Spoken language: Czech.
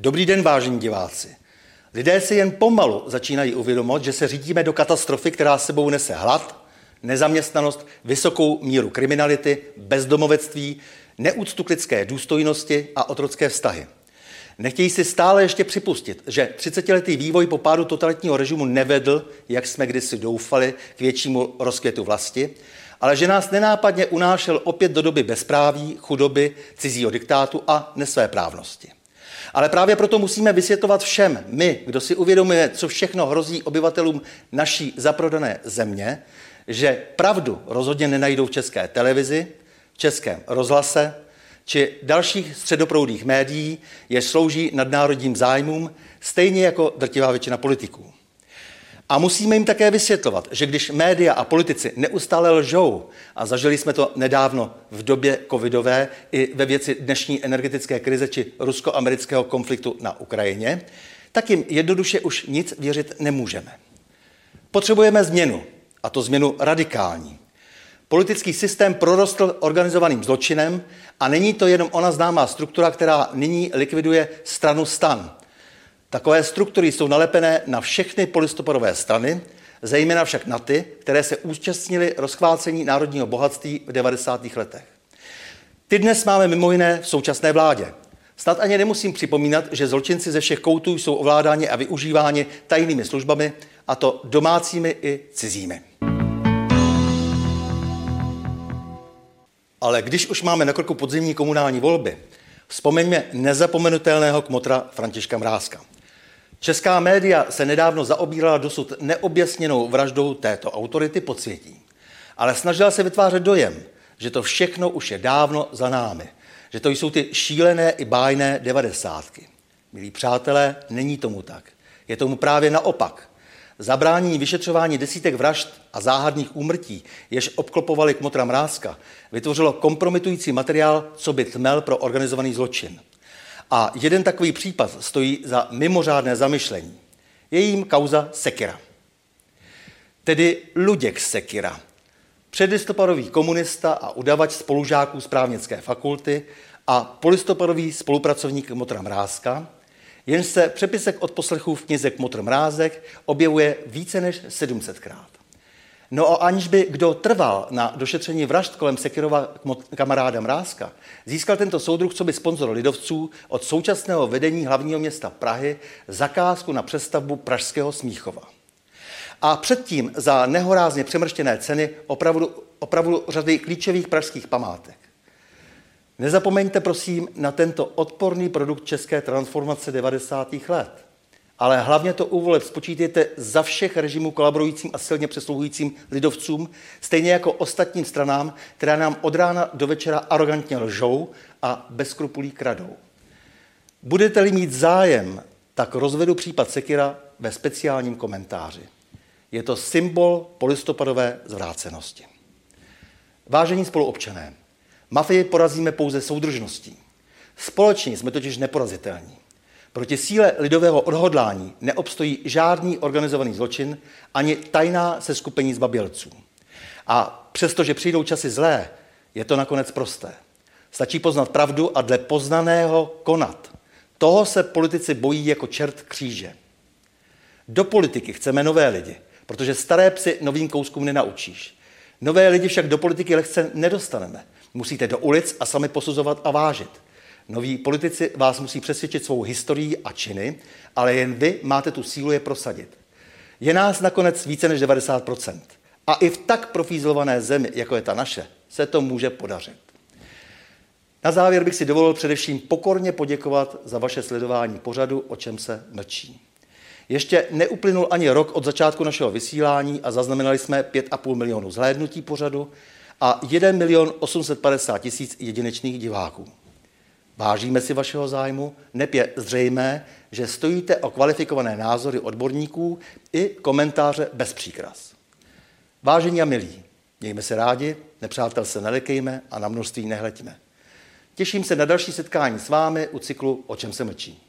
Dobrý den, vážení diváci. Lidé si jen pomalu začínají uvědomovat, že se řítíme do katastrofy, která s sebou nese hlad, nezaměstnanost, vysokou míru kriminality, bezdomovectví, neúctu k lidské důstojnosti a otrocké vztahy. Nechtějí si stále ještě připustit, že 30letý vývoj po pádu totalitního režimu nevedl, jak jsme kdysi doufali, k většímu rozkvětu vlasti, ale že nás nenápadně unášel opět do doby bezpráví, chudoby, cizího diktátu a nesvéprávnosti. Ale právě proto musíme vysvětlovat všem, my, kdo si uvědomuje, co všechno hrozí obyvatelům naší zaprodané země, že pravdu rozhodně nenajdou v České televizi, v Českém rozhlase či dalších středoproudých médií, jež slouží nadnárodním zájmům, stejně jako drtivá většina politiků. A musíme jim také vysvětlovat, že když média a politici neustále lžou, a zažili jsme to nedávno v době covidové i ve věci dnešní energetické krize či rusko-amerického konfliktu na Ukrajině, tak jim jednoduše už nic věřit nemůžeme. Potřebujeme změnu, a to změnu radikální. Politický systém prorostl organizovaným zločinem a není to jenom ona známá struktura, která nyní likviduje stranu STAN. Takové struktury jsou nalepené na všechny polistopadové strany, zejména však na ty, které se účastnily rozchvácení národního bohatství v 90. letech. Ty dnes máme mimo jiné v současné vládě. Snad ani nemusím připomínat, že zločinci ze všech koutů jsou ovládáni a využíváni tajnými službami, a to domácími i cizími. Ale když už máme na krku podzimní komunální volby, vzpomeňme nezapomenutelného kmotra Františka Mrázka. Česká média se nedávno zaobírala dosud neobjasněnou vraždou této autority podsvětí, ale snažila se vytvářet dojem, že to všechno už je dávno za námi, že to jsou ty šílené i bájné 90. Milí přátelé, není tomu tak. Je tomu právě naopak. Zabránění vyšetřování desítek vražd a záhadných úmrtí, jež obklopovali kmotra Mrázka, vytvořilo kompromitující materiál coby tmel pro organizovaný zločin. A jeden takový případ stojí za mimořádné zamyšlení. Je jím kauza Sekyra. Tedy Luděk Sekyra, předlistopadový komunista a udavač spolužáků z právnické fakulty a polistopadový spolupracovník kmotra Mrázka, jenž se přepisek odposlechů v knize Kmotr Mrázek objevuje více než 700krát. No a aniž by kdo trval na došetření vražd kolem Sekyrova kamaráda Mrázka, získal tento soudruh coby sponzor lidovců od současného vedení hlavního města Prahy zakázku na přestavbu pražského Smíchova. A předtím za nehorázně přemrštěné ceny opravdu řady klíčových pražských památek. Nezapomeňte prosím na tento odporný produkt české transformace 90. let. Ale hlavně to u voleb spočítejte za všech režimů kolaborujícím a silně přesluhujícím lidovcům, stejně jako ostatním stranám, které nám od rána do večera arrogantně lžou a bez skrupulí kradou. Budete-li mít zájem, tak rozvedu případ Sekyra ve speciálním komentáři. Je to symbol polistopadové zvrácenosti. Vážení spoluobčané, mafii porazíme pouze soudržností. Společně jsme totiž neporazitelní. Proti síle lidového odhodlání neobstojí žádný organizovaný zločin ani tajná seskupení zbabělců. A přestože přijdou časy zlé, je to nakonec prosté. Stačí poznat pravdu a dle poznaného konat. Toho se politici bojí jako čert kříže. Do politiky chceme nové lidi, protože staré psy novým kouskům nenaučíš. Nové lidi však do politiky lehce nedostaneme. Musíte do ulic a sami posuzovat a vážit. Noví politici vás musí přesvědčit svou historií a činy, ale jen vy máte tu sílu je prosadit. Je nás nakonec více než 90%. A i v tak profízlované zemi, jako je ta naše, se to může podařit. Na závěr bych si dovolil především pokorně poděkovat za vaše sledování pořadu, o čem se mlčí. Ještě neuplynul ani rok od začátku našeho vysílání a zaznamenali jsme 5,5 milionu zhlédnutí pořadu a 1 850 000 jedinečných diváků. Vážíme si vašeho zájmu, neb je zřejmé, že stojíte o kvalifikované názory odborníků i komentáře bez příkras. Vážení a milí, mějme se rádi, nepřátel se nelekejme a na množství nehleďme. Těším se na další setkání s vámi u cyklu O čem se mlčí.